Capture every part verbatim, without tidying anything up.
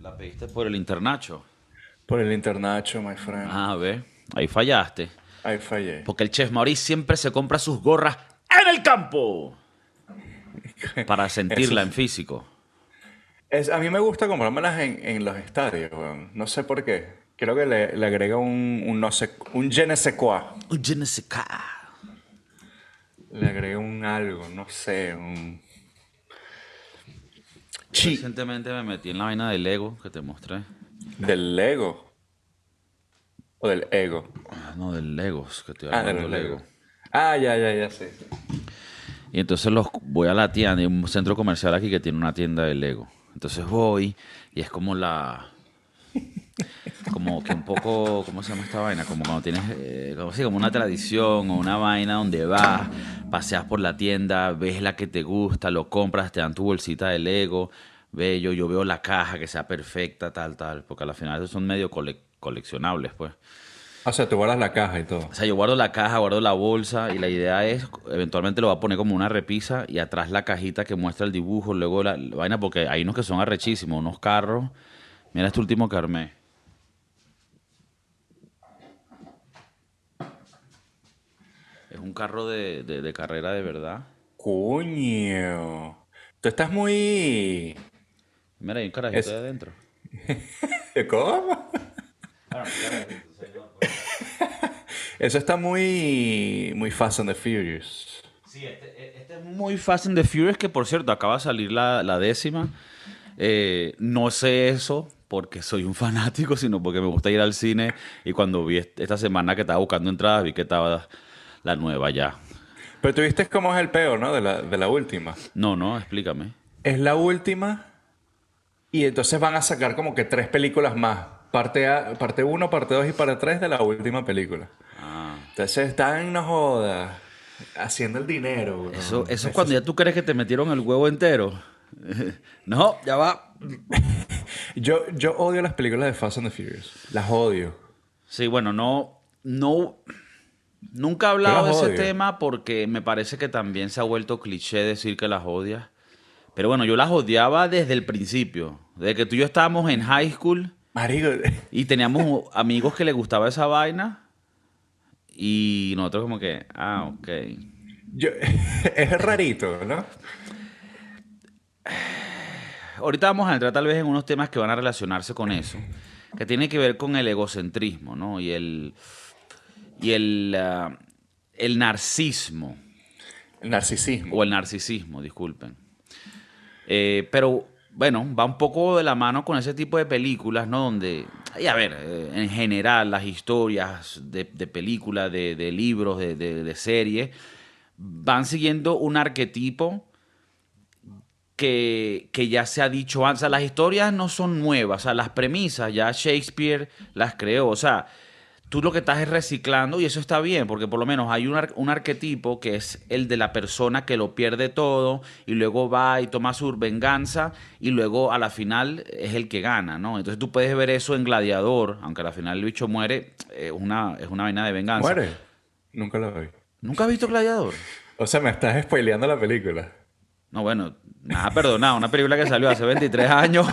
La pediste por el internacho. Por el internacho, my friend. Ah, ve. Ahí fallaste. Ahí fallé. Porque el Chef Maurice siempre se compra sus gorras en el campo para Eso sentirla en es, físico. es- a mí me gusta comprármelas en, en los estadios, weón. No sé por qué. Creo que le, le agrega un, un no sé, un je ne sais quoi. Un je ne sais quoi. Le agrega un algo, no sé, un Yo chi recientemente me metí en la vaina del Lego que te mostré. del Lego o del ego. Ah, no, del Legos, que estoy Ah, de armando los Legos. Lego. Ah, ya, ya, ya sé. Y entonces los voy a la tienda, hay un centro comercial aquí que tiene una tienda de Lego. Entonces voy y es como la, como que un poco, ¿cómo se llama esta vaina? Como cuando tienes, eh, como, sí, como una tradición o una vaina donde vas, paseas por la tienda, ves la que te gusta, lo compras, te dan tu bolsita de Lego, ve, yo, yo veo la caja que sea perfecta, tal, tal, porque al final esos son medio cole- coleccionables, pues. O sea, tú guardas la caja y O todo. sea, yo guardo la caja, guardo la bolsa y la idea es, eventualmente lo voy a poner como una repisa y atrás la cajita que muestra el dibujo, luego la, la vaina, porque hay unos que son arrechísimos, unos carros. Mira este último que armé. Es un carro de, de, de carrera de verdad. Coño. Tú estás muy... Mira, hay un carajito ahí Es... adentro. ¿Cómo? Claro, un carajito, señor, pues. Eso está muy... Muy Fast and the Furious. Sí, este, e- este es muy Fast and the Furious, que por cierto, acaba de salir la, la décima. Eh, no sé eso porque soy un fanático, sino porque me gusta ir al cine. Y cuando vi est- esta semana que estaba buscando entradas, vi que estaba la nueva ya. Pero tú viste cómo es el peor, ¿no? De la, de la última. No, no, explícame. Es la última y entonces van a sacar como que tres películas más. Parte A, parte uno, parte dos y parte tres de la última película. Ah. Entonces están, no jodas, haciendo el dinero, Eso, weón. eso es cuando Neces- ya tú crees que te metieron el huevo entero. No, ya va. Yo, yo odio las películas de Fast and the Furious. Las odio. Sí, bueno, no, no, nunca he Yo hablado las de ese odio. tema porque me parece que también se ha vuelto cliché decir que las odias. Pero bueno, yo las odiaba desde el principio. Desde que tú y yo estábamos en high school Marico, y teníamos amigos que les gustaba esa vaina. Y nosotros como que, ah, ok. yo, es rarito, ¿no? Ahorita vamos a entrar tal vez en unos temas que van a relacionarse con eso. Que tiene que ver con el egocentrismo, ¿no? Y el, y el, ah, el narcismo. El O narcisismo. el narcisismo, disculpen. Eh, pero bueno, va un poco de la mano con ese tipo de películas, ¿no? Donde, y a ver, eh, en general las historias de, de películas, de, de libros, de, de, de series, van siguiendo un arquetipo que, que ya se ha dicho antes. O sea, las historias no son nuevas, o sea, las premisas ya Shakespeare las creó. O sea, tú lo que estás es reciclando y eso está bien, porque por lo menos hay un, ar- un arquetipo que es el de la persona que lo pierde todo y luego va y toma su venganza y luego a la final es el que gana, ¿no? Entonces tú puedes ver eso en Gladiador, aunque a la final el bicho muere, es una, es una vaina de venganza. ¿Muere? Nunca lo vi. ¿Nunca has visto Gladiador? O sea, me estás spoileando la película. No, bueno, nada perdonado, una película que salió hace veintitrés años.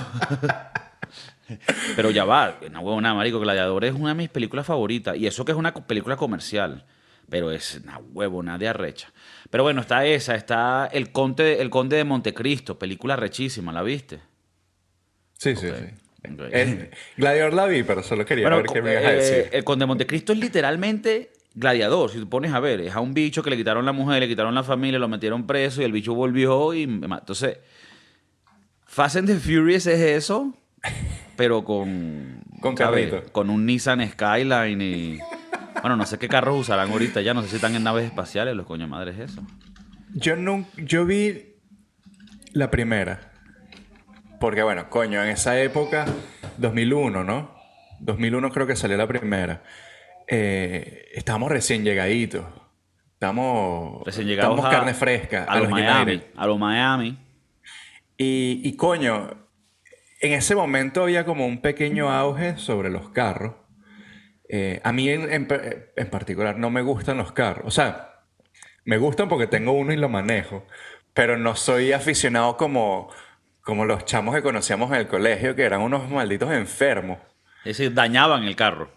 Pero ya va, una huevona, marico, Gladiador es una de mis películas favoritas. Y eso que es una co- película comercial. Pero es una huevona de arrecha. Pero bueno, está esa, está El Conde, El Conde de Montecristo, película rechísima, ¿la viste? Sí, Ok, sí, sí. ok. Es, Gladiador la vi, pero solo quería Bueno, ver co- qué me ibas a eh, decir. El Conde de Montecristo es literalmente Gladiador, si tú pones a ver. Es a un bicho que le quitaron la mujer, le quitaron la familia, lo metieron preso y el bicho volvió y... me ma- Entonces, Fast and the Furious es eso, pero con, Con ¿sabes? carrito. Con un Nissan Skyline y... Bueno, no sé qué carros usarán ahorita ya, no sé si están en naves espaciales, los coño madres eso. Yo no, yo vi la primera. Porque bueno, coño, en esa época, dos mil uno, ¿no? dos mil uno creo que salió la primera. Eh, estábamos recién llegaditos. Estamos, Recién llegados estamos carne a, fresca a a los los United. Miami, a los Miami. Y, y coño, en ese momento había como un pequeño auge sobre los carros. Eh, a mí en, en pe- en particular no me gustan los carros. O sea, me gustan porque tengo uno y lo manejo. Pero no soy aficionado como, como los chamos que conocíamos en el colegio, que eran unos malditos enfermos. Es decir, dañaban el carro.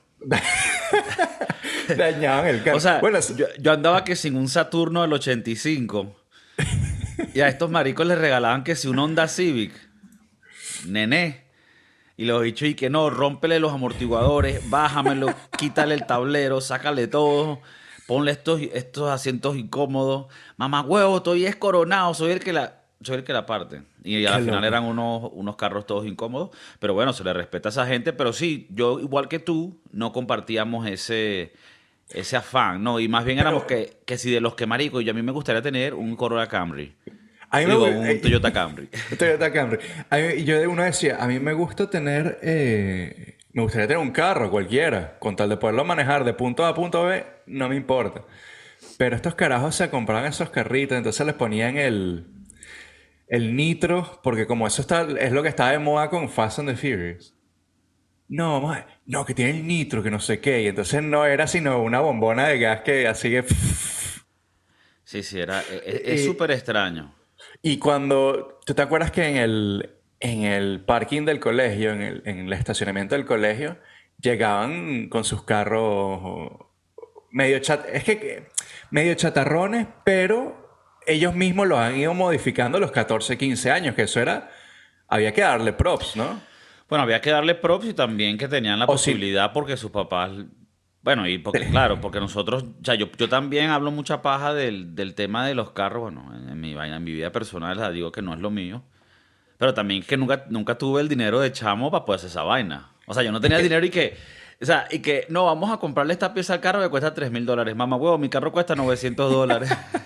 Dañaban el carro. O sea, Bueno, yo, yo andaba que sin un Saturno del ochenta y cinco y a estos maricos les regalaban que si un Honda Civic, nené, y los bichos y que no, rómpele los amortiguadores, bájamelo, quítale el tablero, sácale todo, ponle estos, estos asientos incómodos. Mamá huevo, estoy escoronado, soy el que la, soy el que la parte. Y al qué final loco. eran unos, unos carros todos incómodos. Pero bueno, se le respeta a esa gente. Pero sí, yo igual que tú, no compartíamos ese, ese afán, ¿no? Y más bien éramos Pero que, que si de los que marico, y a mí me gustaría tener un Corolla Camry. a mí me Digo, gu- un Toyota Camry. Toyota Camry. A mí- yo de uno decía, a mí me gusta tener, eh, me gustaría tener un carro cualquiera, con tal de poderlo manejar de punto A a punto B, no me importa. Pero estos carajos se compraban esos carritos, entonces les ponían el, el nitro, porque como eso está, es lo que está de moda con Fast and the Furious. No, vamos a- no, que tiene el nitro, que no sé qué, y entonces no era sino una bombona de gas que así que... Sí, sí, era, e- e- es Y, súper extraño. y cuando, ¿tú te acuerdas que en el, en el parking del colegio, en el, en el estacionamiento del colegio, llegaban con sus carros medio chat, es que que- medio chatarrones, pero ellos mismos los han ido modificando a los catorce quince años, que eso era, había que darle props, ¿no? Bueno, había que darle props y también que tenían la O si, posibilidad porque sus papás, bueno, y porque claro, porque nosotros, o sea, yo, yo también hablo mucha paja del, del tema de los carros, bueno, en, en mi vaina, en mi vida personal, la digo que no es lo mío, pero también que nunca, nunca tuve el dinero de chamo para poder hacer esa vaina. O sea, yo no es tenía el que, dinero y que, o sea, y que, no, vamos a comprarle esta pieza al carro que cuesta tres mil dólares. Mamá, huevo, mi carro cuesta novecientos dólares.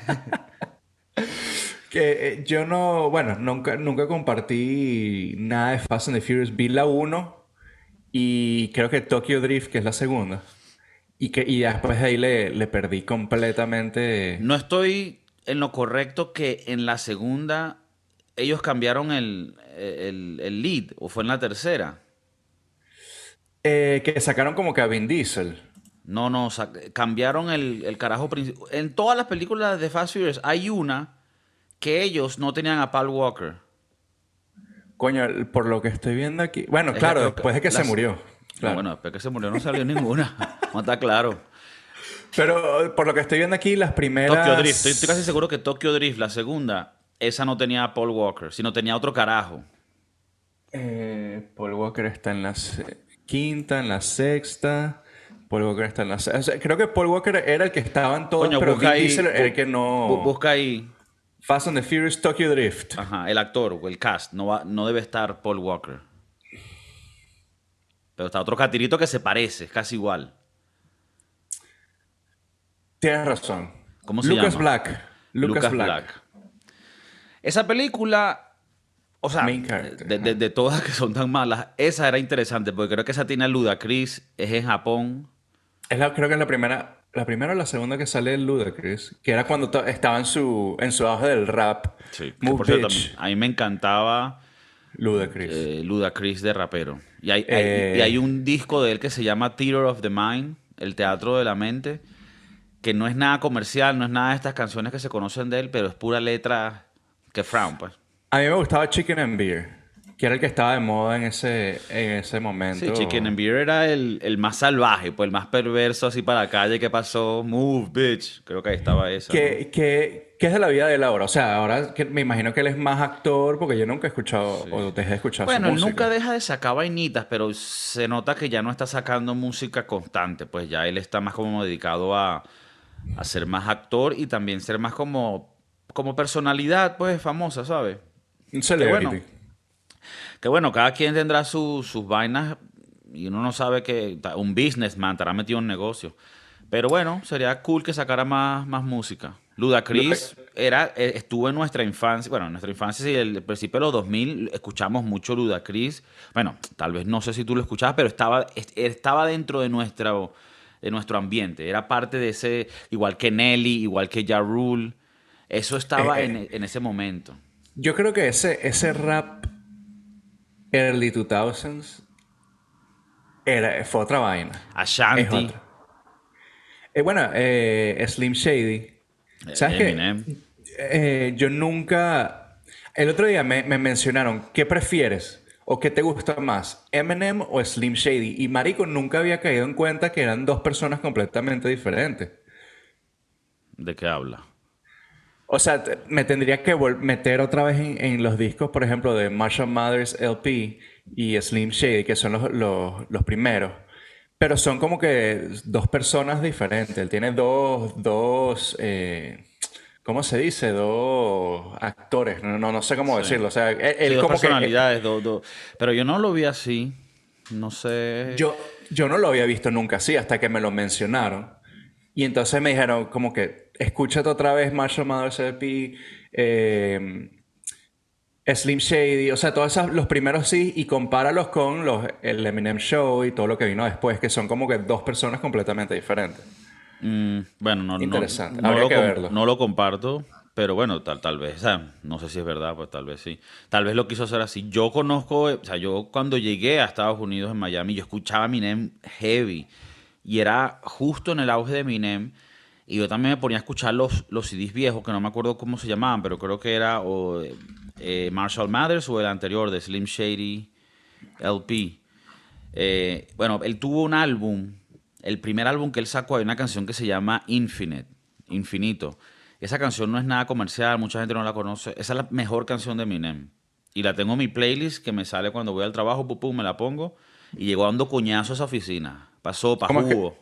que eh, yo no, bueno, nunca, nunca compartí nada de Fast and the Furious, vi la uno y creo que Tokyo Drift, que es la segunda. Y, que, y después de ahí le, le perdí completamente. No estoy en lo correcto que en la segunda ellos cambiaron el, el, el lead, o fue en la tercera. Eh, que sacaron como que a Vin Diesel. No, no, sa- cambiaron el, el carajo principal. En todas las películas de Fast Furious hay una que ellos no tenían a Paul Walker. Coño, el- por lo que estoy viendo aquí. Bueno, Es la- claro, creo que después de que se las- murió. No, Claro. bueno, después que se murió no salió ninguna. No está claro. Pero eh, por lo que estoy viendo aquí, las Tokyo Drift, estoy, estoy casi primeras. seguro que Tokyo Drift, la segunda, esa no tenía a Paul Walker, sino tenía otro carajo. eh, Paul Walker está en la se- quinta, en la sexta. Paul Walker está en la se- o sea, creo que Paul Walker era el que estaba en todas, Coño, pero busca Vin ahí, Diesel era el bu- que bu- no. busca ahí, Fast and the Furious Tokyo Drift. ajá, el actor o el cast, no, va, no debe estar Paul Walker. Pero está otro catirito que se parece, es casi igual. Tienes razón. ¿Cómo se Lucas llama? Black. Lucas, Lucas Black. Black. Esa película, o sea, Main character. de, de- de todas que son tan malas, esa era interesante porque creo que esa tiene a Ludacris, es en Japón. Es la- creo que es la primera, la primera o la segunda que sale Ludacris, que era cuando to- estaba en su, en su auge del rap. Sí, que Move por cierto, Bitch, a mí me encantaba Ludacris. eh, Ludacris de rapero. Y hay, hay- Eh, y hay un disco de él que se llama Theater of the Mind, el teatro de la mente, que no es nada comercial, no es nada de estas canciones que se conocen de él, pero es pura letra que frown, pues. a mí me gustaba Chicken and Beer, que era el que estaba de moda en ese, en ese Sí, momento. Chicken and Beer era el, el más salvaje, pues el más perverso así para la calle que pasó. Move, bitch. Creo que ahí estaba esa, ¿no? ¿Qué, qué, qué es de la vida de él ahora? O sea, ahora que me imagino que él es más actor, porque yo nunca he escuchado o dejé de escuchar Bueno, su él música. nunca deja de sacar vainitas, pero se nota que ya no está sacando música constante, pues ya él está más como dedicado a, a ser más actor y también ser más como, como personalidad, pues famosa, ¿sabes? Un Que bueno, celebrity. que bueno, cada quien tendrá su- sus vainas y uno no sabe que ta- un businessman estará metido en negocio. Pero bueno, sería cool que sacara más, más música. Ludacris era, eh, estuvo en nuestra infancia, bueno, en nuestra infancia, sí, el, el principio de los dos mil escuchamos mucho Ludacris. Bueno, tal vez no sé si tú lo escuchabas, pero estaba, est- estaba dentro de nuestro, de nuestro ambiente. Era parte de ese, igual que Nelly, igual que Ja Rule. Eso estaba Eh, en, eh, en ese momento. yo creo que ese, ese rap early two thousands era, fue otra vaina. Es Ashanti, otra. Eh, bueno, eh, Slim Shady. ¿Sabes qué? Eminem. Eh, yo nunca... El otro día me, me mencionaron, ¿qué prefieres? ¿O qué te gusta más? ¿Eminem o Slim Shady? Y marico, nunca había caído en cuenta que eran dos personas completamente diferentes. ¿De qué habla? O sea, te- me tendría que vol- meter otra vez en, en los discos, por ejemplo, de Marshall Mathers L P y Slim Shady, que son los, los, los primeros. Pero son como que dos personas diferentes. Él tiene dos, dos, eh, ¿cómo se dice? Dos actores. No, no, no sé cómo Sí. decirlo. O sea, él, Sí, él dos como que... eh, personalidades, dos, dos. Pero yo no lo vi así. No sé. yo, yo no lo había visto nunca así hasta que me lo mencionaron. Y entonces me dijeron como que, escúchate otra vez Marshall Mathers L P, eh, Slim Shady, o sea, todos esos, los primeros sí, y compáralos con los, el Eminem Show y todo lo que vino después, que son como que dos personas completamente diferentes. Mm, bueno, no, no, Interesante, no habría lo, que com- verlo. no lo comparto, pero bueno, tal, tal vez, o sea, no sé si es verdad, pues tal vez sí. Tal vez lo quiso hacer así. Yo conozco, eh, o sea, yo cuando llegué a Estados Unidos, en Miami, yo escuchaba Eminem heavy y era justo en el auge de Eminem y yo también me ponía a escuchar los, los C Ds viejos, que no me acuerdo cómo se llamaban, pero creo que era o, eh, Marshall Mathers o el anterior de Slim Shady L P. Eh, bueno, él tuvo un álbum, el primer álbum que él sacó, hay una canción que se llama Infinite, Infinito. Esa canción no es nada comercial, mucha gente no la conoce. Esa es la mejor canción de Eminem. Y la tengo en mi playlist que me sale cuando voy al trabajo, pum, pum, me la pongo. Y llegó dando coñazo a esa oficina. Pasó pa' ¿Cómo es que? jugo.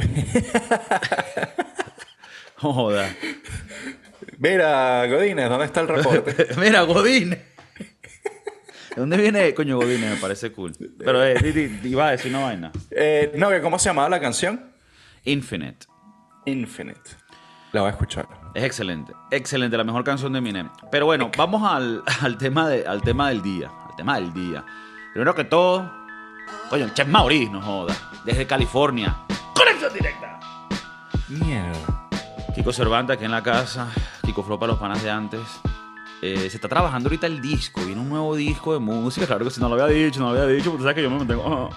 Joda. Mira, Godínez, ¿dónde está el reporte? Mira, Godín. ¿De dónde viene? Coño, Godín, me parece cool. Pero eh, di- di- iba a decir una vaina. Eh, no, que ¿cómo se llamaba la canción? Infinite. Infinite. La voy a escuchar. Es excelente, excelente, la mejor canción de Eminem. Pero bueno, vamos al, al tema de, al tema del día, al tema del día. Primero que todo, coño, el Chef Maurice, no joda, desde California. ¡Conexión directa! Mierda. Kiko Cervantes aquí en la casa, Kiko Flow para los panas de antes. Eh, se está trabajando ahorita el disco, viene un nuevo disco de música, claro que si no lo había dicho, no lo había dicho, porque tú sabes que yo me mantengo...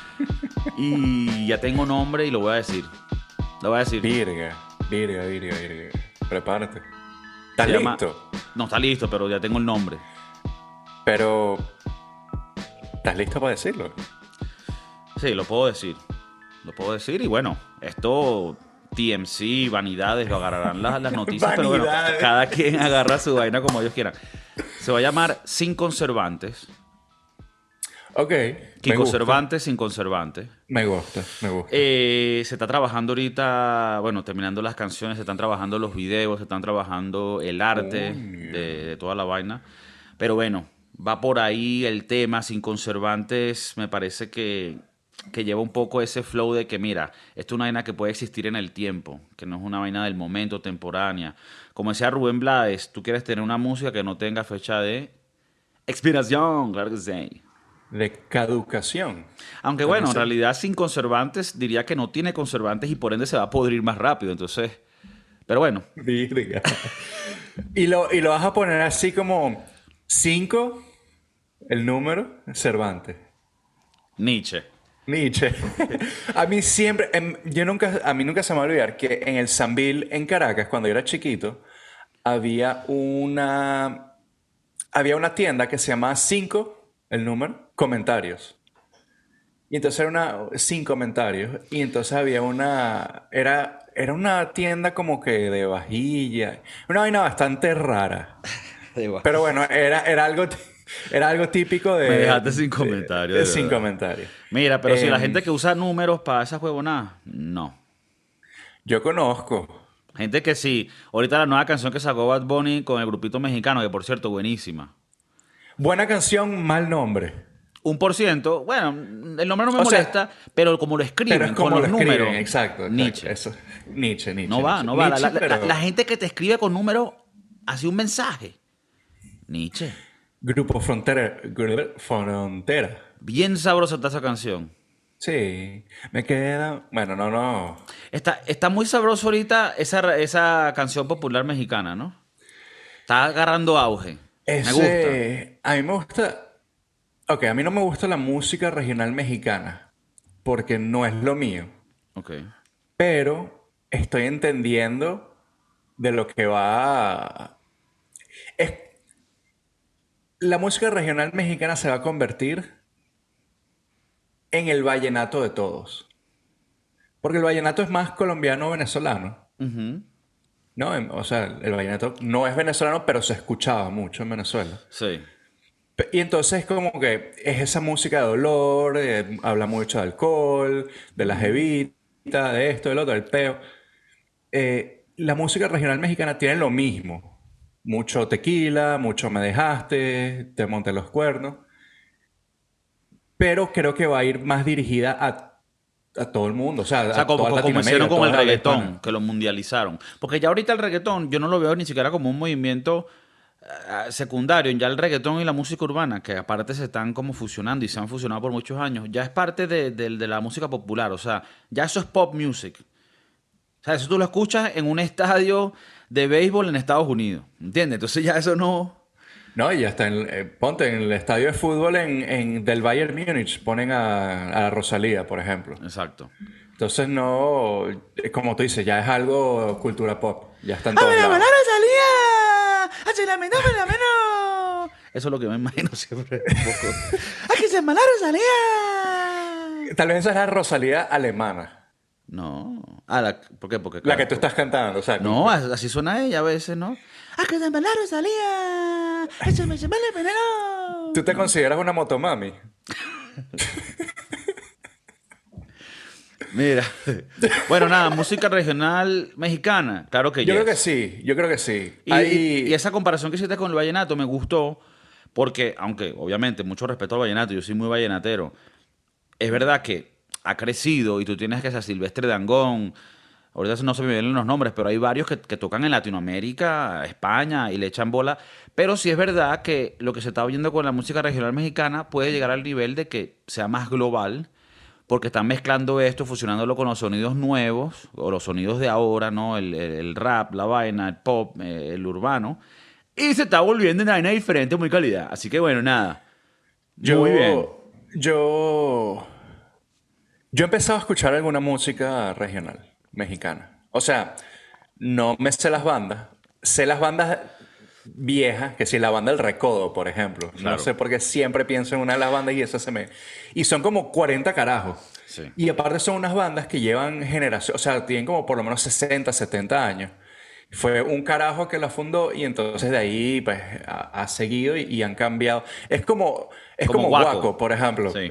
Y ya tengo nombre y lo voy a decir. Lo voy a decir. Virga, virga, virga, virga. Prepárate. Se ¿Estás llama- listo? No está listo, pero ya tengo el nombre. Pero... ¿Estás listo para decirlo? Sí, lo puedo decir. Lo puedo decir y bueno, esto T M C, vanidades, lo agarrarán las, las noticias, pero bueno, Vanidades. cada quien agarra su vaina como ellos quieran. Se va a llamar Sin Conservantes. Ok. Me Kiko gusta. Cervantes sin conservantes. Me gusta, me gusta. Eh, se está trabajando ahorita, bueno, terminando las canciones, se están trabajando los videos, se están trabajando el arte Coño. de, de toda la vaina. Pero bueno, va por ahí el tema, Sin Conservantes, me parece que, que lleva un poco ese flow de que, mira, esto es una vaina que puede existir en el tiempo, que no es una vaina del momento, temporánea. Como decía Rubén Blades, tú quieres tener una música que no tenga fecha de expiración, claro que sí. De caducación. Aunque También bueno, en se- realidad sin conservantes diría que no tiene conservantes y por ende se va a podrir más rápido. Entonces, pero bueno, Virga. y, lo, y lo vas a poner así como cinco, el número, Cervantes. Nietzsche. Nietzsche. A mí siempre, em, yo nunca, a mí nunca se me va a olvidar que en el Sambil en Caracas, cuando yo era chiquito, había una, había una tienda que se llamaba cinco, el número, comentarios. Y entonces era una, sin comentarios. Y entonces había una, era, era una tienda como que de vajilla. Una vaina bastante rara. Pero bueno, era, era algo, t- era algo típico de... Me dejaste sin de- comentarios, de- de sin verdad. comentarios. Mira, pero si la Em, gente que usa números para esas huevonadas, no. Yo conozco. Gente que sí. Ahorita la nueva canción que sacó Bad Bunny con el grupito mexicano, que por cierto, buenísima. Buena canción, mal nombre. Un por ciento, bueno, el nombre no me O sea, molesta, pero como lo escriben Pero es con como los lo escriben, números, exacto, exacto. Nietzsche. Eso. Nietzsche, Nietzsche. No va, Nietzsche. no va. La, Nietzsche, la- la- pero- la gente que te escribe con números hace un mensaje. Nietzsche. Grupo Frontera. Gru- Frontera. Bien sabrosa está esa canción. Sí. Me queda... Bueno, no, no. Está, está muy sabroso ahorita esa, esa canción popular mexicana, ¿no? Está agarrando auge. Me gusta. Ese... A mí me gusta... Ok, a mí no me gusta la música regional mexicana. Porque no es lo mío. Ok. Pero estoy entendiendo de lo que va... Es... la música regional mexicana se va a convertir en el vallenato de todos. Porque el vallenato es más colombiano-venezolano, Ujú. ¿no? Em, O sea, el vallenato no es venezolano, pero se escuchaba mucho en Venezuela. Sí. Pe- Y entonces como que es esa música de dolor, eh, habla mucho de alcohol, de la jevita, de esto, del otro, del peo. Eh, la música regional mexicana tiene lo mismo. Mucho tequila, mucho me dejaste, te monté los cuernos. Pero creo que va a ir más dirigida a, a todo el mundo, o sea, O sea, a como, toda como, como hicieron Latinoamérica, con el toda habla reggaetón, hispana. que lo mundializaron. Porque ya ahorita el reggaetón yo no lo veo ni siquiera como un movimiento eh, secundario. Ya el reggaetón y la música urbana, que aparte se están como fusionando y se han fusionado por muchos años, ya es parte de, de- de la música popular. O sea, ya eso es pop music. O sea, eso tú lo escuchas en un estadio de béisbol en Estados Unidos. ¿Entiendes? Entonces ya eso no... No, y hasta en, eh, ponte en el estadio de fútbol en, en- del Bayern Múnich ponen a, a la Rosalía, por ejemplo. Exacto. Entonces no, eh, como tú dices, ya es algo cultura pop, ya está en ¡Ah, me todos la lados. palabra salía! ¡Hace la menos, la menos! Eso es lo que me imagino siempre un poco. ¡Ah, que se me la salía! Tal vez esa es la Rosalía alemana, No. Ah, la- ¿por qué? Porque la claro. que tú estás cantando, o sea, como No, que- as- así suena ella a veces, ¿no? ¡Ah, que se me la salía! ¡Eso me se me la tú te No. consideras una motomami. Mira. Bueno, nada, música regional mexicana. Claro que Yo creo que yes. sí, yo creo que sí. Y, y- y Hay, esa comparación que hiciste con el vallenato me gustó porque, aunque obviamente mucho respeto al vallenato, yo soy muy vallenatero, es verdad que ha crecido y tú tienes que ser Silvestre Dangond, ahorita no se me vienen los nombres, pero hay varios que, que tocan en Latinoamérica, España y le echan bola, pero sí es verdad que lo que se está viendo con la música regional mexicana puede llegar al nivel de que sea más global porque están mezclando esto, fusionándolo con los sonidos nuevos, o los sonidos de ahora, ¿no? El, el- el rap, la vaina, el pop, eh, el urbano. Y se está volviendo una vaina diferente, muy calidad. Así que bueno, nada. Muy bien. yo, yo, yo he empezado a escuchar alguna música regional mexicana. O sea, no me sé las bandas, sé las bandas viejas, que si la banda El Recodo, por ejemplo. No Claro. sé por qué siempre pienso en una de las bandas y esa se me... Y son como cuarenta carajos. Sí. Y aparte son unas bandas que llevan generación, o sea, tienen como por lo menos sesenta, setenta años. Fue un carajo que la fundó y entonces de ahí pues ha, ha seguido y, y han cambiado. Es como, es Como como Guaco. Guaco, por ejemplo, Sí.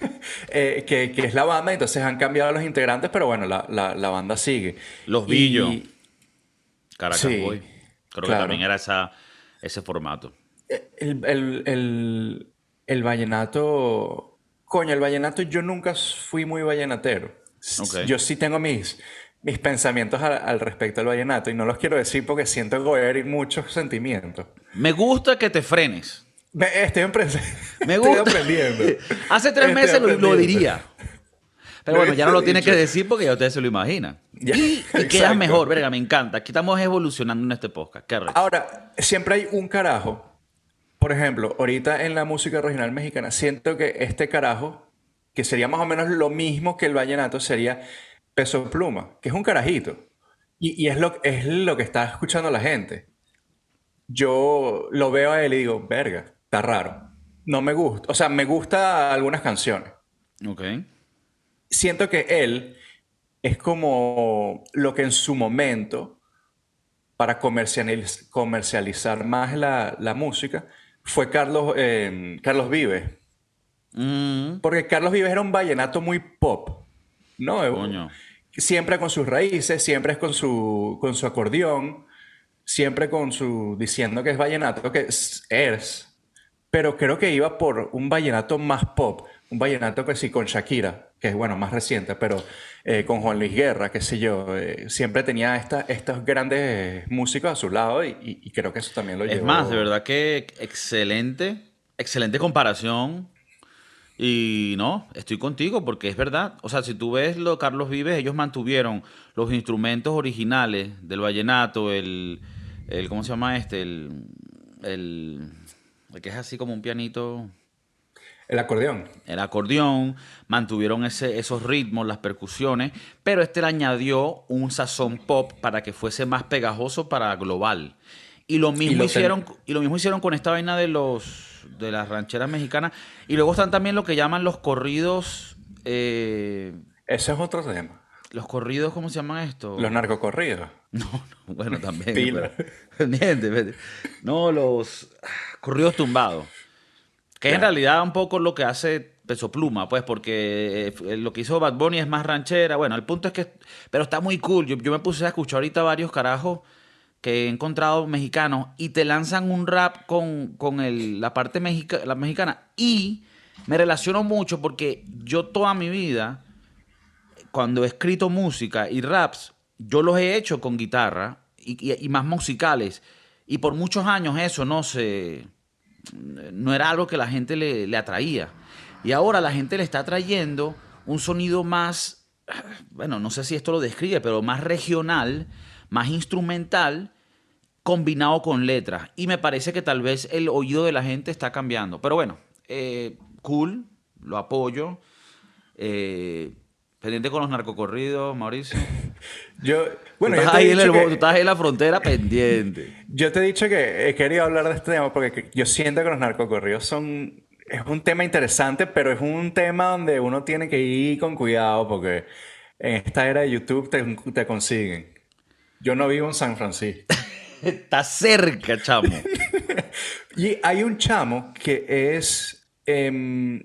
eh, que, que es la banda, entonces han cambiado los integrantes, pero bueno, la, la, la banda sigue. Los Billo, Y Caracas sí, Boy. Creo que claro. también era esa, ese formato. El, el, el, el vallenato, coño, el vallenato yo nunca fui muy vallenatero. S- Ok. Yo sí tengo mis, mis pensamientos al, al respecto al vallenato y no los quiero decir porque siento que voy a herir muchos sentimientos. Me gusta que te frenes. Me- estoy, empre- Me estoy gusta. aprendiendo. Hace tres Estoy meses lo, lo aprendiendo. diría. Pero Lo bueno, ya no lo he tienes que dicho. decir porque ya ustedes se lo imaginan. Ya, Y, y quedas exacto. mejor, verga, me encanta. Aquí estamos evolucionando en este podcast. Qué recho. Ahora, siempre hay un carajo. Por ejemplo, ahorita en la música regional mexicana, siento que este carajo, que sería más o menos lo mismo que el vallenato, sería Peso Pluma, que es un carajito. Y, y es, lo, es lo que está escuchando la gente. Yo lo veo a él y digo, verga, está raro. No me gusta. O sea, me gusta algunas canciones. Ok. Siento que él es como lo que en su momento, para comercializ- comercializar más la, la música, fue Carlos, eh, Carlos Vives. Mm, Porque Carlos Vives era un vallenato muy pop, ¿no? coño. Siempre con sus raíces, siempre es con su, con su acordeón, siempre con su... diciendo que es vallenato, que es, es. Pero creo que iba por un vallenato más pop, un vallenato que sí, con Shakira, que es, bueno, más reciente, pero eh, con Juan Luis Guerra, qué sé yo, eh, siempre tenía esta- estos grandes músicos a su lado y, y- y creo que eso también lo Es llevó... más, de verdad que excelente, excelente comparación. Y no, estoy contigo porque es verdad. O sea, si tú ves lo de Carlos Vives, ellos mantuvieron los instrumentos originales del vallenato, el, el ¿cómo se llama este? El, el, el que es así como un pianito, El acordeón. el acordeón, mantuvieron ese, esos ritmos, las percusiones, pero este le añadió un sazón pop para que fuese más pegajoso para global. Y lo Y mismo lo ten- hicieron, y lo mismo hicieron con esta vaina de los de las rancheras mexicanas. Y luego están también lo que llaman los corridos, eh, Ese es otro tema. los corridos, ¿cómo se llaman Los esto? narcocorridos. No, no, bueno, también, Pila. pero pendiente, pendiente. No, los ah, corridos tumbados. Que es en Ya. realidad un poco lo que hace Peso Pluma, pues, porque eh, lo que hizo Bad Bunny es más ranchera. Bueno, el punto es que. Pero está muy cool. Yo, yo me puse a escuchar ahorita varios carajos que he encontrado mexicanos y te lanzan un rap con, con el- la parte mexica- la mexicana. Y me relaciono mucho porque yo toda mi vida, cuando he escrito música y raps, yo los he hecho con guitarra y, y- y más musicales. Y por muchos años eso no se no era algo que la gente le, le atraía. Y ahora la gente le está atrayendo un sonido más, bueno, no sé si esto lo describe, pero más regional, más instrumental, combinado con letras. Y me parece que tal vez el oído de la gente está cambiando. Pero bueno, eh, cool, lo apoyo. Eh, pendiente con los narcocorridos, Mauricio. Yo, Tú bueno, yo estás te he ahí en, dicho el, bo- tú que, estás ahí en la frontera pendiente. yo te he dicho que he querido hablar de este tema porque yo siento que los narcocorridos son, es un tema interesante, pero es un tema donde uno tiene que ir con cuidado porque en esta era de YouTube te, te consiguen. Yo no vivo en San Francisco. Está cerca, chamo. Y hay un chamo que es, em,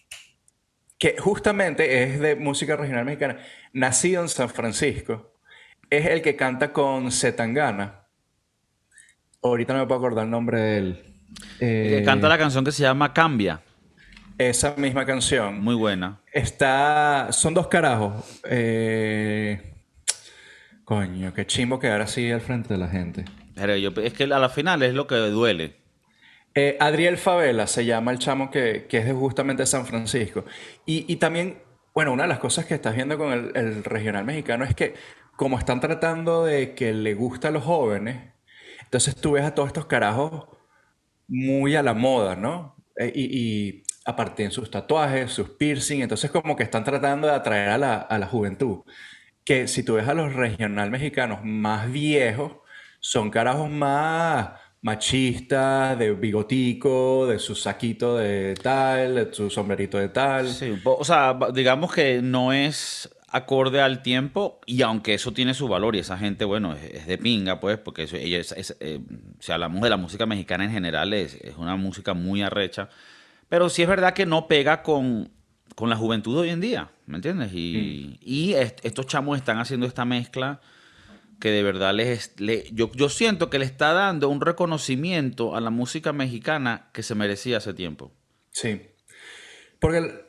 que justamente es de música regional mexicana, nacido en San Francisco. Es el que canta con Zetangana. Ahorita no me puedo acordar el nombre de él. El que canta Eh, la canción que se llama Cambia. esa misma canción. Muy buena. Está. Son dos carajos. Eh, coño, qué chimbo quedar así al frente de la gente. Pero yo, es que a la final es lo que duele. Eh, Adriel Favela se llama el chamo que, que es de justamente San Francisco. Y, y también, bueno, una de las cosas que estás viendo con el, el regional mexicano es que como están tratando de que le gusta a los jóvenes, entonces tú ves a todos estos carajos muy a la moda, ¿no? Eh, y, y aparte en sus tatuajes, sus piercing, entonces como que están tratando de atraer a la, a la juventud. Que si tú ves a los regional mexicanos más viejos, son carajos más machistas, de bigotico, de su saquito de tal, de su sombrerito de tal. Sí, un po- o sea, ba- digamos que no es acorde al tiempo y aunque eso tiene su valor y esa gente, bueno, es, es de pinga, pues, porque eso, ella es, es, eh, si hablamos de la música mexicana en general, es, es una música muy arrecha, pero sí es verdad que no pega con, con la juventud de hoy en día, ¿me entiendes? Mm, Y, y est- estos chamos están haciendo esta mezcla que de verdad les, le- yo, yo siento que le está dando un reconocimiento a la música mexicana que se merecía hace tiempo. sí. Porque el-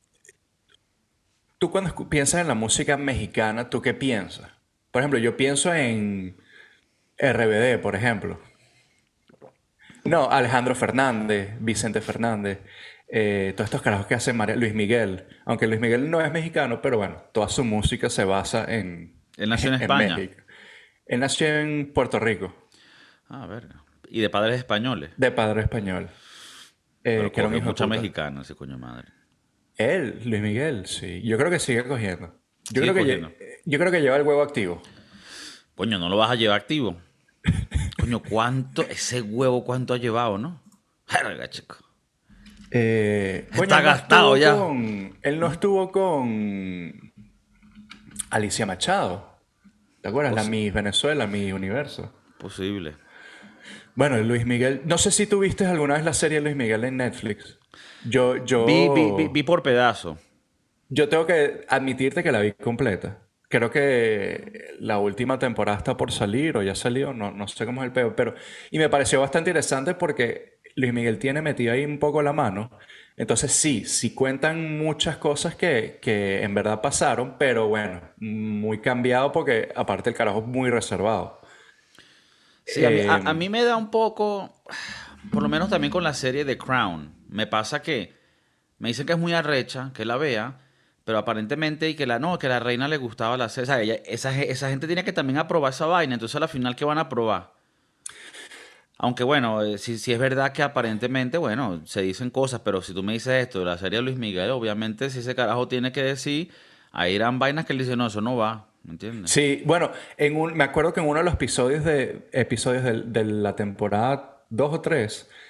tú cuando escu- piensas en la música mexicana, ¿tú qué piensas? Por ejemplo, yo pienso en R B D, por ejemplo. No, Alejandro Fernández, Vicente Fernández, eh, todos estos carajos que hace María- Luis Miguel. Aunque Luis Miguel no es mexicano, pero bueno, toda su música se basa en, Él nació en en España. México. Él nació en Puerto Rico, Ah, verga. Y de padres españoles. de padre español, eh, Pero que era un cogió hijo de mucha puta. mexicana ese coño madre. Él, Luis Miguel, sí. Yo creo que sigue cogiendo. Yo Sigue creo que, cogiendo. lle- yo creo que lleva el huevo activo. Coño, no lo vas a llevar activo. Coño, ¿cuánto? Ese huevo, ¿cuánto ha llevado, no? Verga, chico. Eh, coño, Está él no gastado estuvo ya. con, él no estuvo con Alicia Machado. ¿Te acuerdas? La Pos- Miss Venezuela, Miss Universo. posible. Bueno, Luis Miguel, no sé si tú viste alguna vez la serie Luis Miguel en Netflix. Yo, Vi, vi, vi, yo, vi por pedazo. yo tengo que admitirte que la vi completa. Creo que la última temporada está por salir o ya salió, no, no sé cómo es el peo, pero... Y me pareció bastante interesante porque Luis Miguel tiene metido ahí un poco la mano. Entonces sí, sí cuentan muchas cosas que, que en verdad pasaron, pero bueno, muy cambiado porque aparte el carajo es muy reservado. Sí, a mí, a, a Eh, mí me da un poco, por lo menos también con la serie The Crown. Me pasa que me dicen que es muy arrecha, que la vea, pero aparentemente y que la no, que la reina le gustaba la serie. O sea, ella- esa, ge- esa gente tiene que también aprobar esa vaina. Entonces a la final, ¿qué van a aprobar? Aunque bueno, eh, sí, sí es verdad que aparentemente, bueno, se dicen cosas, pero si tú me dices esto de la serie de Luis Miguel, obviamente si ese carajo tiene que decir, ahí irán vainas que él dice, no, eso no va, ¿me entiendes? Sí, bueno, en un, me acuerdo que en uno de los episodios de, episodios del- de, la temporada dos o tres,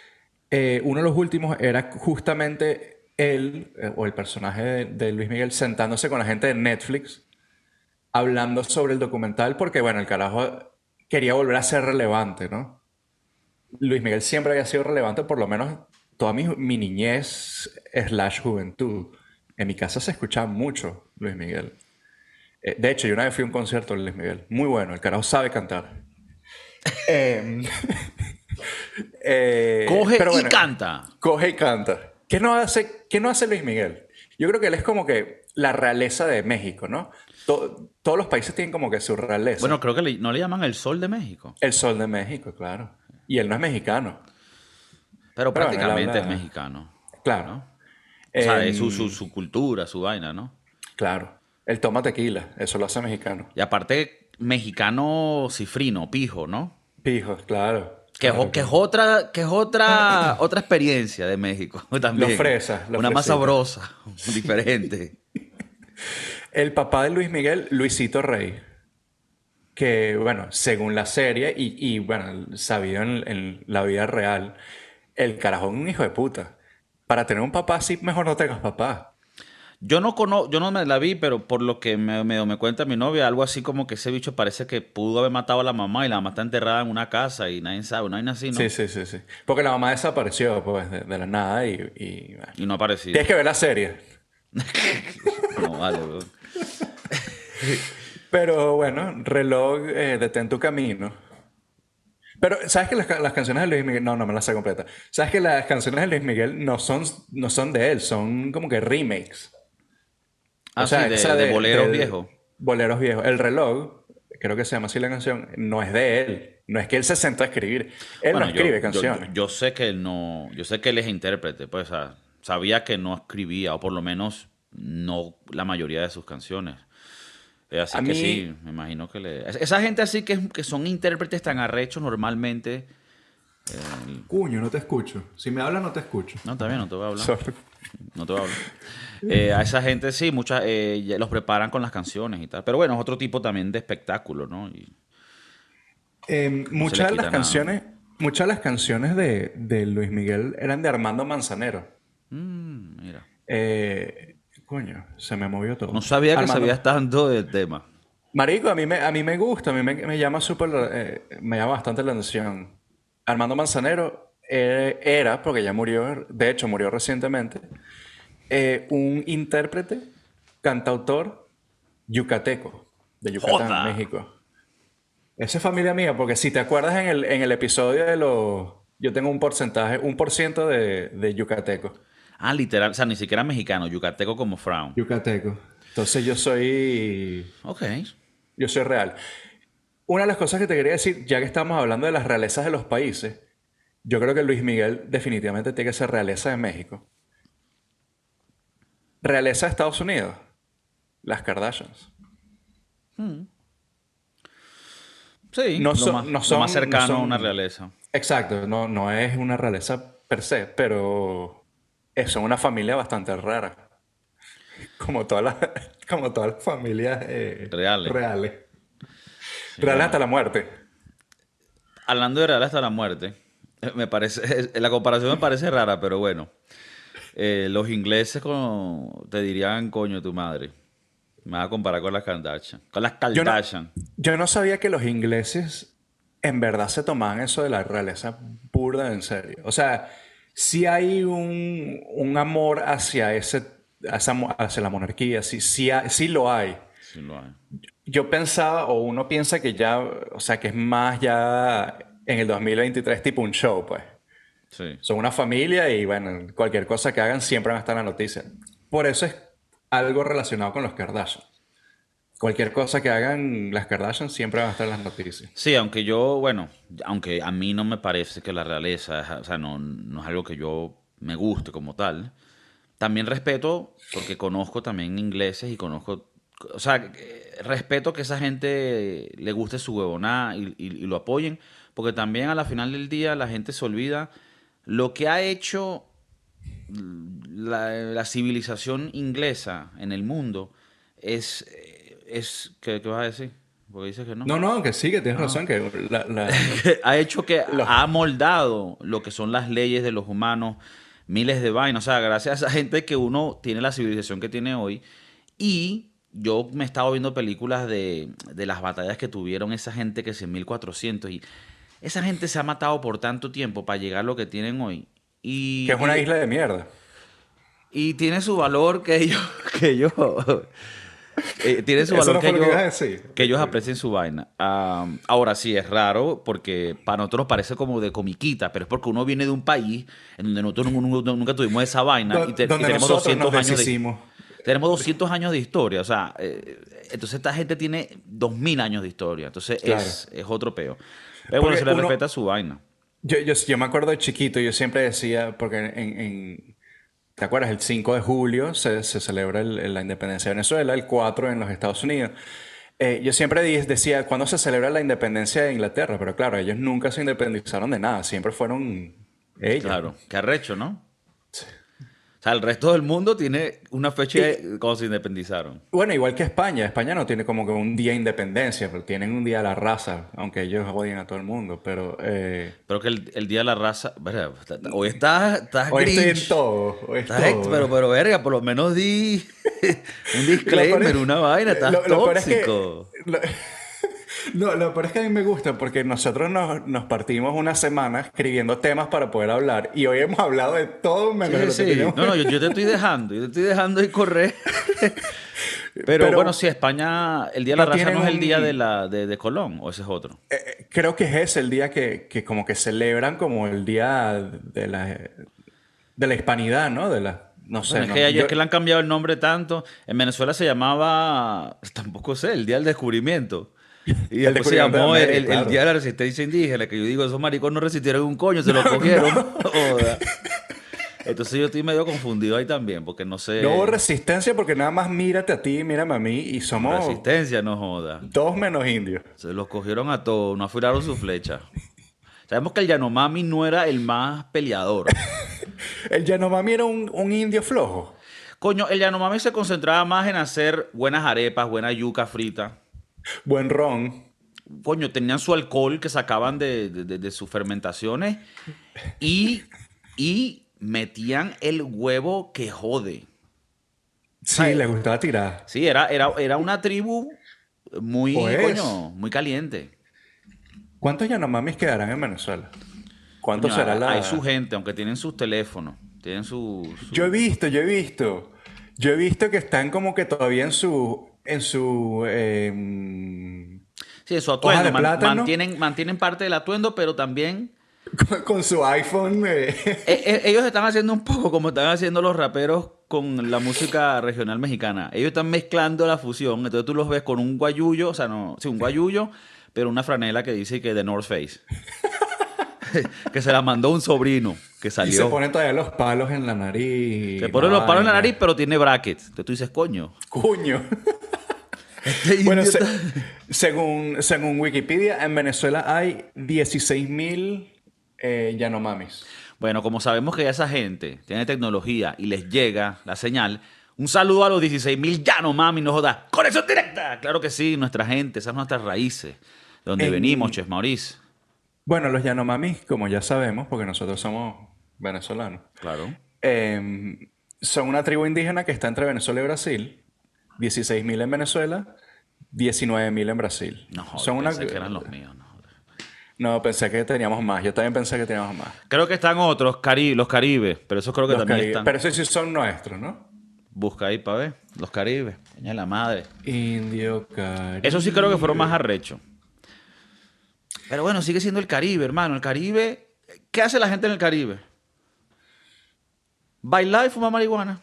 Eh, uno de los últimos era justamente él, eh, o el personaje de, de Luis Miguel, sentándose con la gente de Netflix, hablando sobre el documental, porque bueno, el carajo quería volver a ser relevante, ¿no? Luis Miguel siempre había sido relevante, por lo menos toda mi, mi niñez slash juventud. En mi casa se escuchaba mucho Luis Miguel. Eh, de hecho, yo una vez fui a un concierto de Luis Miguel. Muy bueno, el carajo sabe cantar. Eh, eh, Coge pero y bueno, canta. coge y canta. ¿Qué no hace, qué no hace Luis Miguel? Yo creo que él es como que la realeza de México, ¿no? To- todos los países tienen como que su Bueno, realeza. creo que le- no le llaman el Sol de México, El sol de México, claro. Y él no es mexicano. pero Pero bueno, él prácticamente es habla. mexicano, Claro. ¿no? O sea, es su, su, Em, su cultura, su vaina, ¿no? claro. Él toma tequila. Eso lo hace mexicano. Y aparte, mexicano cifrino, pijo, ¿no? Pijos, claro. Que es, Claro, o- que es claro. otra, que es otra, otra experiencia de México Los también. fresas, los Una más fresitas. sabrosa, diferente. El papá de Luis Miguel, Luisito Rey. Que, bueno, según la serie y, y, bueno, sabido en, en la vida real, el carajo es un hijo de puta. Para tener un papá así, mejor no tengas papá. Yo no cono, yo no me la vi, pero por lo que me, me, me cuenta mi novia, algo así como que ese bicho parece que pudo haber matado a la mamá y la mamá está enterrada en una casa y nadie sabe, no hay así, Sí, ¿no? sí, sí, sí. Porque la mamá desapareció, pues, de, de la nada y, y, bueno. Y no ha Tienes aparecido. que ver la serie. No vale, weón. Pero bueno, reloj, eh, detén tu camino. Pero, ¿sabes que las, ca- las canciones de Luis Miguel... No, no me las sé completa. ¿Sabes que las canciones de Luis Miguel no son, no son de él? Son como que remakes. O Ah, sí, sea, esa de, de de, boleros del viejos. Boleros Viejos. El reloj, creo que se llama así la canción, no es de él. No es que él se sentó a escribir. Él no Bueno, yo, escribe yo, yo, canciones. yo sé que él no, yo sé que él es intérprete, pues, o sea, sabía que no escribía, o por lo menos no la mayoría de sus canciones. Eh, A Así que sí, mí, me imagino que le... es- Esa gente así que, que son intérpretes tan arrechos normalmente... eh, Cuño, no te escucho. Si me hablas, no te escucho. no, está bien, no te voy a hablar. Sorry. No te voy a hablar. Eh, a esa gente sí, muchas eh, ya los preparan con las canciones y tal. Pero bueno, es otro tipo también de espectáculo, ¿no? Y Eh, no se le muchas de las quita nada. canciones, muchas de las canciones de, de Luis Miguel eran de Armando Manzanero. Mm, mira. Eh, coño, se me movió No todo. sabía que Armando. sabías tanto del tema. Marico, a mí me, a mí me gusta, a mí me, me llama súper, eh, me llama bastante la atención. Armando Manzanero eh, era, porque ya murió, de hecho murió recientemente, eh, un intérprete, cantautor yucateco, de Yucatán, ¡Joda! México. Esa es familia mía, porque si te acuerdas en el, en el episodio de los... Yo tengo un porcentaje, un por ciento de, de yucateco. Ah, literal, o sea, ni siquiera mexicano, yucateco como Frown. Yucateco. Entonces yo soy... Ok. Yo soy real. Una de las cosas que te quería decir, ya que estamos hablando de las realezas de los países, yo creo que Luis Miguel definitivamente tiene que ser realeza de México. Realeza de Estados Unidos, las Kardashians. Sí, No lo más, son, no lo más son, no cercano a una son, realeza. exacto, no, no es una realeza per se, pero es- son una familia bastante rara, como todas las, como todas las familias eh, Reales. reales. Sí, Reales hasta bueno. la muerte. Hablando de real hasta la muerte, eh, me parece, la comparación me parece rara, pero bueno. Eh, los ingleses con, te dirían, coño, tu madre. Me vas a comparar con las Kardashian. Con las Yo no, Kardashian. yo no sabía que los ingleses en verdad se tomaban eso de la realeza burda en serio. O sea, sí hay un, un amor hacia ese, hacia, mo- hacia la monarquía, sí, sí, ha- sí lo hay. Sí lo hay. Yo pensaba, o uno piensa que ya, o sea, que es más ya en el dos mil veintitrés tipo un show, pues. Sí. Son una familia y bueno, cualquier cosa que hagan siempre van a estar en la noticia. Por eso es algo relacionado con los Kardashian. Cualquier cosa que hagan las Kardashian siempre van a estar en las noticias. Sí, aunque yo, bueno, aunque a mí no me parece que la realeza, es- o sea, no, no es algo que yo me guste como tal. También respeto, porque conozco también ingleses y conozco, o sea, eh, respeto que esa gente le guste su huevonada y, y- y lo apoyen, porque también a la final del día la gente se olvida lo que ha hecho la, la civilización inglesa en el mundo es, es ¿qué, qué vas a decir? Porque dices que no. No, no, que sí, que tienes Ah. razón, que la, la- Ha hecho que Los- ha moldado lo que son las leyes de los humanos, miles de vainas. O sea, gracias a esa gente que uno tiene la civilización que tiene hoy. Y yo me he estado viendo películas de, de las batallas que tuvieron esa gente que es en mil cuatrocientos. Y esa gente se ha matado por tanto tiempo para llegar a lo que tienen hoy. Y, que es una y- isla de mierda. y tiene su valor que ellos, que ellos, eh, tiene su Eso valor no que fue lo que ellos, ibas a decir. que ellos aprecien su vaina. Ah, ahora sí, es raro porque para nosotros parece como de comiquita, pero es porque uno viene de un país en donde nosotros nu- nu- nunca, tuvimos esa vaina Do- y, te- y donde tenemos nosotros doscientos nos años de, deshicimos. tenemos doscientos años de historia. O sea, eh, entonces esta gente tiene dos mil años de historia. Entonces Claro. es, es otro peo. Pero bueno, Porque se le uno- respeta su vaina. Yo, yo, yo me acuerdo de chiquito, yo siempre decía, porque en, en- ¿te acuerdas? El cinco de julio se, se celebra el- el- la independencia de Venezuela, el cuatro en los Estados Unidos. Eh, yo siempre di- decía, ¿cuándo se celebra la independencia de Inglaterra? Pero claro, ellos nunca se independizaron de nada, siempre fueron ellos. Claro, qué arrecho, ¿no? O sea, el resto del mundo tiene una fecha de cuando se independizaron. Bueno, igual que España. España no tiene como que un día de independencia, pero tienen un día de la raza, aunque ellos odian a todo el mundo. Pero eh, Pero que el, el Día de la Raza... verga, hoy estás, estás hoy estoy Grinch. en todo. Hoy Estás todo. ex- pero, pero verga, por lo menos di un Lo disclaimer, peor es- una vaina, estás lo- lo peor es que- tóxico. lo- no, lo peor es que a mí me gusta porque nosotros nos, nos partimos una semana escribiendo temas para poder hablar y hoy hemos hablado de todo menos de Sí, lo sí. que teníamos. No, no, yo, yo te estoy dejando, yo te estoy dejando y correr. Pero, Pero bueno, sí, España, el Día de la no Raza no tienen es el día un- de, la, de, de Colón, o ese es otro. Eh, eh, creo que es ese el día que, que como que celebran como el día de la, de la hispanidad, ¿no? De la, no sé. Bueno, es no, que ya- ya yo- es que le han cambiado el nombre tanto. En Venezuela se llamaba, tampoco sé, el Día del Descubrimiento. Y El después se descubrimiento de llamó el, América, el- el claro. Día de la Resistencia Indígena, que yo digo, esos maricos no resistieron un coño, se lo cogieron. Joda. Entonces yo estoy medio confundido ahí también, porque no sé. no hubo resistencia porque nada más mírate a ti, mírame a mí y somos Resistencia, no joda. dos menos indios. Se los cogieron a todos, no afuraron su flecha. Sabemos que el Yanomami no era el más peleador. El Yanomami era un, un indio flojo. Coño, el Yanomami se concentraba más en hacer buenas arepas, buena yuca frita. Buen ron. Coño, tenían su alcohol que sacaban de, de- de- de sus fermentaciones y, y metían el huevo que jode. Sí, Ay. le gustaba tirar. Sí, era, era, era una tribu muy, O es. coño, muy caliente. ¿Cuántos Yanomamis quedarán en Venezuela? ¿Cuánto Coño, será la...? Hay su gente, aunque tienen sus teléfonos, tienen su... su- Yo he visto, yo he visto. Yo he visto que están como que todavía en su... En su... em, Sí, su atuendo. de man- plátano. mantienen, mantienen parte del atuendo, pero también... con, con su iPhone. eh. e- e- ellos están haciendo un poco como están haciendo los raperos con la música regional mexicana. Ellos están mezclando la fusión. Entonces tú los ves con un guayullo, o sea, no, sí, un guayullo, pero una franela que dice que de North Face. Que se la mandó un sobrino que Y salió. se ponen todavía los palos en la nariz. Se pone los palos en la vaina. nariz, pero tiene brackets. Entonces tú dices, coño. Coño. Este Bueno, indio se- está- según, según Wikipedia, en Venezuela hay dieciséis mil eh, Yanomamis. Bueno, como sabemos que ya esa gente tiene tecnología y les llega la señal, un saludo a los dieciséis mil Yanomami, no jodas. ¡Conexión directa! Claro que sí, nuestra gente, esas son nuestras raíces. De donde En- venimos, Ches Maurice. Bueno, los Yanomamis, como ya sabemos, porque nosotros somos venezolanos, Claro. eh, son una tribu indígena que está entre Venezuela y Brasil. dieciséis mil en Venezuela, diecinueve mil en Brasil. No jodas, son una... pensé que eran los míos. No, jodas. No, pensé que teníamos más. Yo también pensé que teníamos más. Creo que están otros, Cari los Caribes, pero esos creo que Los también Caribe- están. Pero esos sí son nuestros, ¿no? Busca ahí para ver. Los Caribes. Coño de la madre. Indio, Caribe. Esos sí creo que fueron más arrechos. Pero bueno, sigue siendo el Caribe, hermano. El Caribe. ¿Qué hace la gente en el Caribe? Bailar y fumar marihuana.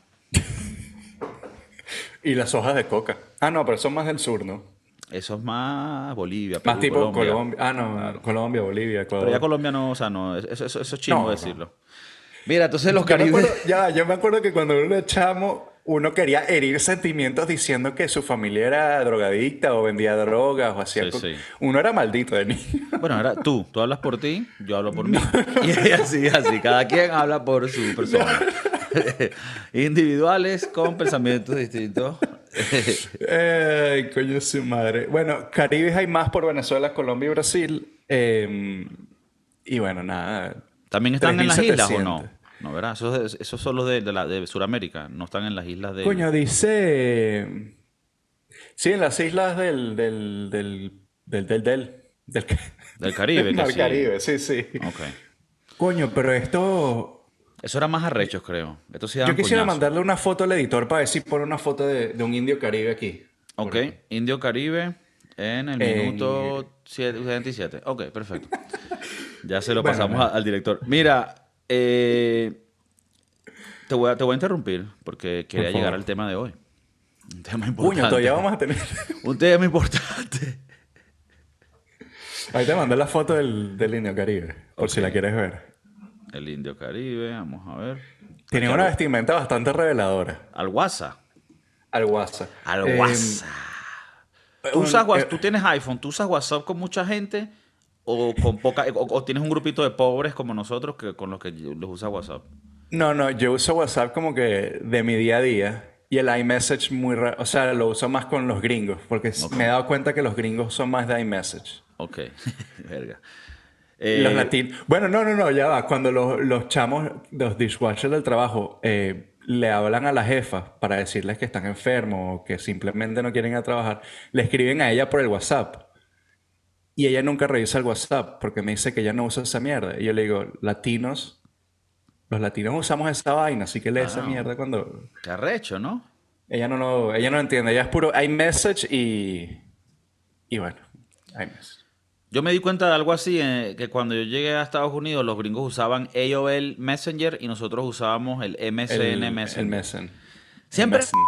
Y las hojas de coca. Ah, no, pero son más del sur, ¿no? Eso es más Bolivia, Más Perú, tipo Colombia. Colombia. Ah, no, Colombia, Bolivia, Ecuador. Pero ya Colombia no, o sea, no, eso, eso, eso es chimo No, no. decirlo. Mira, entonces los Yo me caribes... acuerdo- ya, yo me acuerdo que cuando uno era chamo, uno quería herir sentimientos diciendo que su familia era drogadicta o vendía drogas o hacía... Sí, co- sí. Uno era maldito de niño. Bueno, era tú, tú hablas por ti, yo hablo por mí. Y así, así, cada quien habla por su persona. Individuales con pensamientos distintos. Ay, coño, su madre. Bueno, Caribes hay más por Venezuela, Colombia y Brasil. Eh, y bueno, nada. ¿También tres están en mil las islas o setecientos. no? No, ¿verdad? Esos, esos son los de, de, la, de Sudamérica. No están en las islas del, Coño, dice. Sí, en las islas del. del. del. del. del. del, del, del del Caribe, que Mar sí. Caribe, sí, sí. Ok. Coño, pero esto. Eso era más arrechos, creo. Estos sí Yo daban quisiera coñazo. mandarle una foto al editor para ver si pone una foto de, de un indio caribe aquí. Ok, Por aquí. Indio Caribe en el En- minuto setenta y siete. Ok, perfecto. Ya se lo bueno, pasamos a- nada. al director. Mira, eh, te voy a, te voy a interrumpir porque Por quería llegar al favor. tema de hoy. Un tema Puño, todavía importante. vamos a tener. Un tema importante. Ahí te mandé la foto del, del indio caribe, por Ok, si la quieres ver. el Indio Caribe, vamos a ver. Aquí Tiene una al, vestimenta bastante reveladora. al WhatsApp. Al WhatsApp. Al Eh, WhatsApp. ¿Tú usas, un- Whats- eh, tú tienes iPhone, tú usas WhatsApp con mucha gente o con poca, o, o tienes un grupito de pobres como nosotros que con los que los usa WhatsApp? no, no, yo uso WhatsApp como que de mi día a día. Y el iMessage muy raro. O sea, lo uso más con los gringos. Porque s- Ok, me he dado cuenta que los gringos son más de iMessage. ok, verga. Los Eh, latinos. Bueno, no, no, no, ya va. Cuando los, los chamos, los dishwashers del trabajo, eh, le hablan a la jefa para decirles que están enfermos o que simplemente no quieren ir a trabajar, le escriben a ella por el WhatsApp. Y ella nunca revisa el WhatsApp porque me dice que ella no usa esa mierda. Y yo le digo, latinos, los latinos usamos esa vaina, así que lee esa claro, mierda cuando. qué arrecho, ¿no? Ella no lo, ella no entiende, ella es puro iMessage y. Y bueno, iMessage. Yo me di cuenta de algo así, eh, que cuando yo llegué a Estados Unidos, los gringos usaban A O L Messenger y nosotros usábamos el M S N El, el Messenger. Messen. El Siempre... Messen.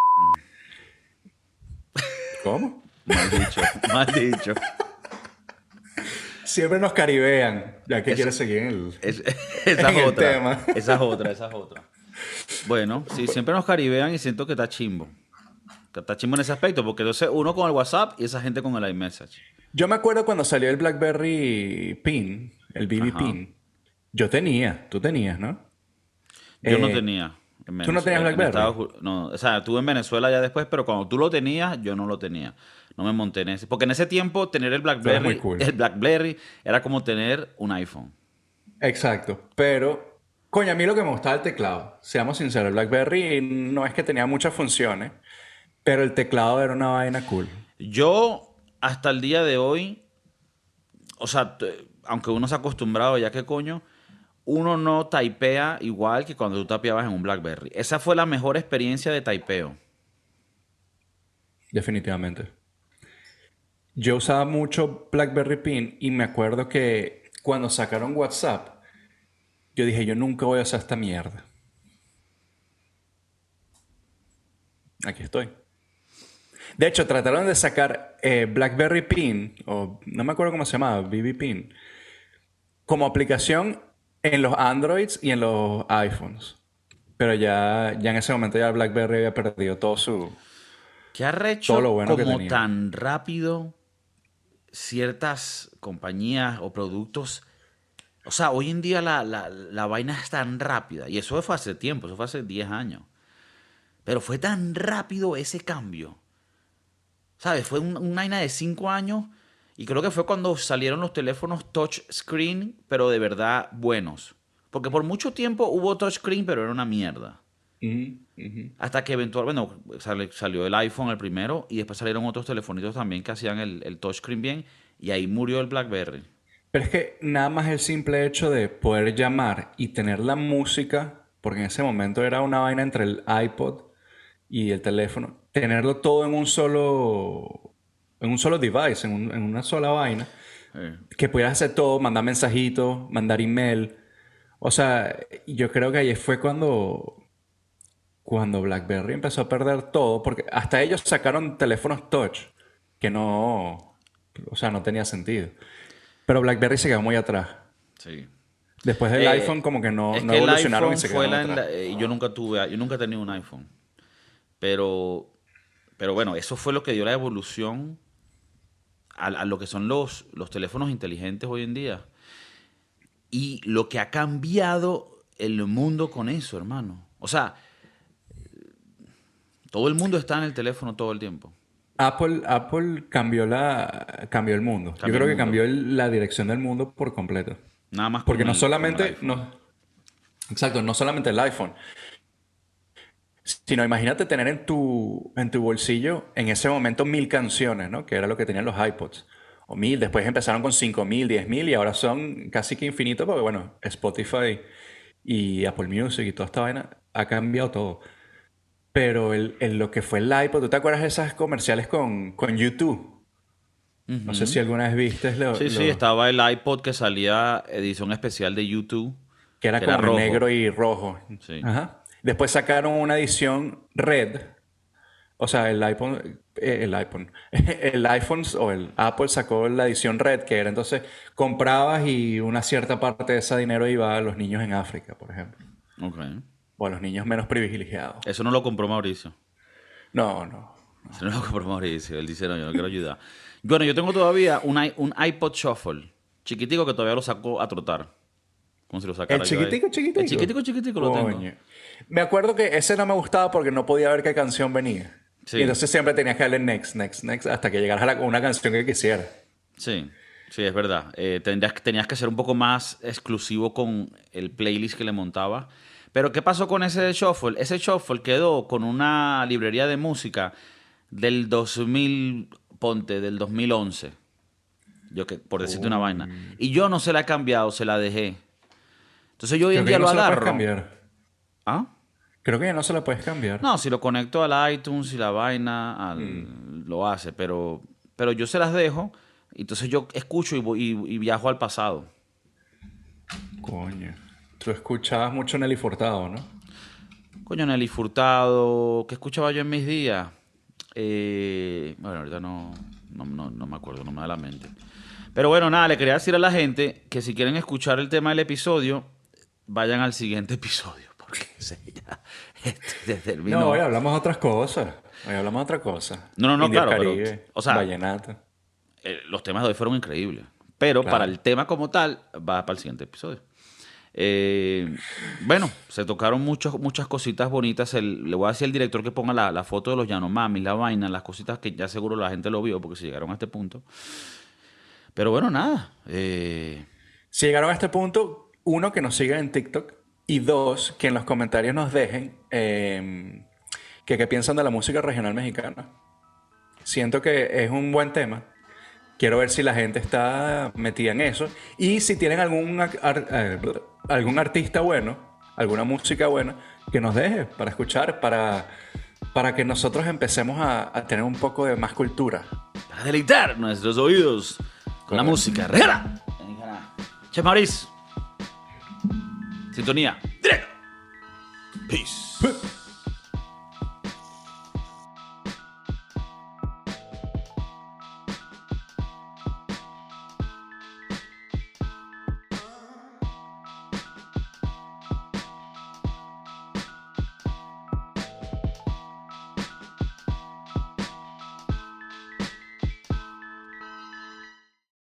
¿Cómo? Mal dicho, mal dicho. Siempre nos caribean, ya que Eso, quieres seguir en el, es- esa en es el otra, tema. esa es otra, esa es otra. Bueno, sí, siempre nos caribean y siento que está chimbo. Que está chimbo en ese aspecto, porque entonces uno con el WhatsApp y esa gente con el iMessage. Yo me acuerdo cuando salió el BlackBerry Pin, el B B Ajá. Pin. Yo tenía, tú tenías, ¿no? Yo no Eh, tenía en ¿Tú no tenías Venezuela, en BlackBerry? Estados Unidos, no, o sea, tuve en Venezuela ya después, pero cuando tú lo tenías, yo no lo tenía. No me monté en ese, porque en ese tiempo tener el Tú eras muy BlackBerry, cool. el BlackBerry era como tener un iPhone. Exacto, pero, coño, a mí lo que me gustaba el teclado. Seamos sinceros, el BlackBerry no es que tenía muchas funciones, pero el teclado era una vaina cool. Yo, hasta el día de hoy, o sea, t- aunque uno se ha acostumbrado, ya que coño, uno no taipea igual que cuando tú tapeabas en un BlackBerry. Esa fue la mejor experiencia de taipeo. Definitivamente. Yo usaba mucho BlackBerry Pin y me acuerdo que cuando sacaron WhatsApp, yo dije, yo nunca voy a usar esta mierda. Aquí estoy. De hecho, trataron de sacar eh, BlackBerry Pin, o no me acuerdo cómo se llamaba, B B Pin, como aplicación en los Androids y en los iPhones. Pero ya, ya en ese momento ya BlackBerry había perdido todo su, ¿Qué todo lo arrecho bueno que como tenía. tan rápido ciertas compañías o productos? O sea, hoy en día la, la, la vaina es tan rápida. Y eso fue hace tiempo, eso fue hace diez años. Pero fue tan rápido ese cambio. ¿Sabes? Fue un- una vaina de cinco años. Y creo que fue cuando salieron los teléfonos touchscreen, pero de verdad buenos. Porque por mucho tiempo hubo touchscreen, pero era una mierda. Ujú, ujú. Hasta que eventualmente, bueno, sale- salió el iPhone el primero y después salieron otros telefonitos también que hacían el, el touchscreen bien y ahí murió el BlackBerry. Pero es que nada más el simple hecho de poder llamar y tener la música, porque en ese momento era una vaina entre el iPod y el teléfono, tenerlo todo en un solo, en un solo device, en, un- en una sola vaina, Eh, que pudieras hacer todo, mandar mensajitos, mandar email. O sea, yo creo que ahí fue cuando, cuando BlackBerry empezó a perder todo, porque hasta ellos sacaron teléfonos touch, que no, o sea, no tenía sentido. Pero BlackBerry se quedó muy atrás. sí. Después del iPhone Eh, como que no, es no que el evolucionaron y iPhone se fue quedaron la, atrás. la- eh, yo nunca tuve, yo nunca he tenido un iPhone. Pero, pero bueno, eso fue lo que dio la evolución a, a lo que son los, los teléfonos inteligentes hoy en día. Y lo que ha cambiado el mundo con eso, hermano. O sea, Todo el mundo está en el teléfono todo el tiempo. Apple, Apple cambió, la, cambió el mundo. Cambió Yo creo el que mundo. cambió el- la dirección del mundo por completo. Nada más Porque con no el, con el solamente, iPhone. no, exacto, no solamente el iPhone, sino imagínate tener en tu, en tu bolsillo en ese momento mil canciones, ¿no? Que era lo que tenían los iPods. O mil, después empezaron con cinco mil, diez mil y ahora son casi que infinitos porque, bueno, Spotify y Apple Music y toda esta vaina ha cambiado todo. Pero el, el- lo que fue el iPod, ¿tú te acuerdas de esas comerciales con, con YouTube? No sé si Ujú. alguna vez viste lo, Sí, sí, lo- estaba el iPod que salía edición especial de YouTube, que era que era como rojo. negro y rojo. Sí. Ajá. Después sacaron una edición red. O sea, el iPhone, eh, el iPhone, el iPhone o el Apple sacó la edición red, que era entonces comprabas y una cierta parte de ese dinero iba a los niños en África, por ejemplo. Ok. O a los niños menos privilegiados. Eso no lo compró Mauricio. No, no. Eso no lo compró Mauricio. Él dice, no, yo no quiero ayudar. Bueno, yo tengo todavía un, i- un iPod Shuffle, chiquitico, que todavía lo saco a trotar. Como si lo El sacara yo ahí. chiquitico, chiquitico. El chiquitico, chiquitico lo tengo. Coño. Me acuerdo que ese no me gustaba porque no podía ver qué canción venía. Sí. Y entonces siempre tenías que darle next, next, next, hasta que llegaras a la- una canción que quisiera. Sí, sí, es verdad. Eh, tendrías, que- tenías que ser un poco más exclusivo con el playlist que le montaba. Pero ¿qué pasó con ese shuffle? Ese shuffle quedó con una librería de música del dos mil, ponte, del dos mil once. Yo que, por decirte una vaina. Y yo no se la he cambiado, se la dejé. Entonces yo hoy Creo en que día ya no lo se la puedes agarro. cambiar. ¿Ah? Creo que ya no se la puedes cambiar. No, si lo conecto al iTunes y la vaina, al- lo hace, pero, pero yo se las dejo, entonces yo escucho y, voy- y- y viajo al pasado. Coño. Tú escuchabas mucho Nelly Furtado, ¿no? Coño, Nelly Furtado, ¿qué escuchaba yo en mis días? Eh, bueno, ahorita no, no, no- no me acuerdo, no me da la mente. Pero bueno, nada, le quería decir a la gente que si quieren escuchar el tema del episodio, vayan al siguiente episodio, porque ese ya este, terminó. No, hoy hablamos de otras cosas. Hoy hablamos de otra cosa. No, no, no, Indios claro, pero, Caribe, o sea, vallenato. Eh, los temas de hoy fueron increíbles. Pero Claro. para el tema como tal, va para el siguiente episodio. Eh, bueno, se tocaron muchos, muchas cositas bonitas. El- le voy a decir al director que ponga la, la foto de los Yanomamis, la vaina, las cositas que ya seguro la gente lo vio porque se llegaron a este punto. Pero bueno, nada. Eh, Si llegaron a este punto, uno, que nos sigan en TikTok. Y dos, que en los comentarios nos dejen eh, que qué piensan de la música regional mexicana. Siento que es un buen tema. Quiero ver si la gente está metida en eso. Y si tienen algún, ar- ar- eh, algún artista bueno, alguna música buena, que nos deje para escuchar, para, para que nosotros empecemos a, a tener un poco de más cultura. para deleitar nuestros oídos con la Correcto. música. ¡Regala! Che Maurice. Sintonía. Directo. Peace.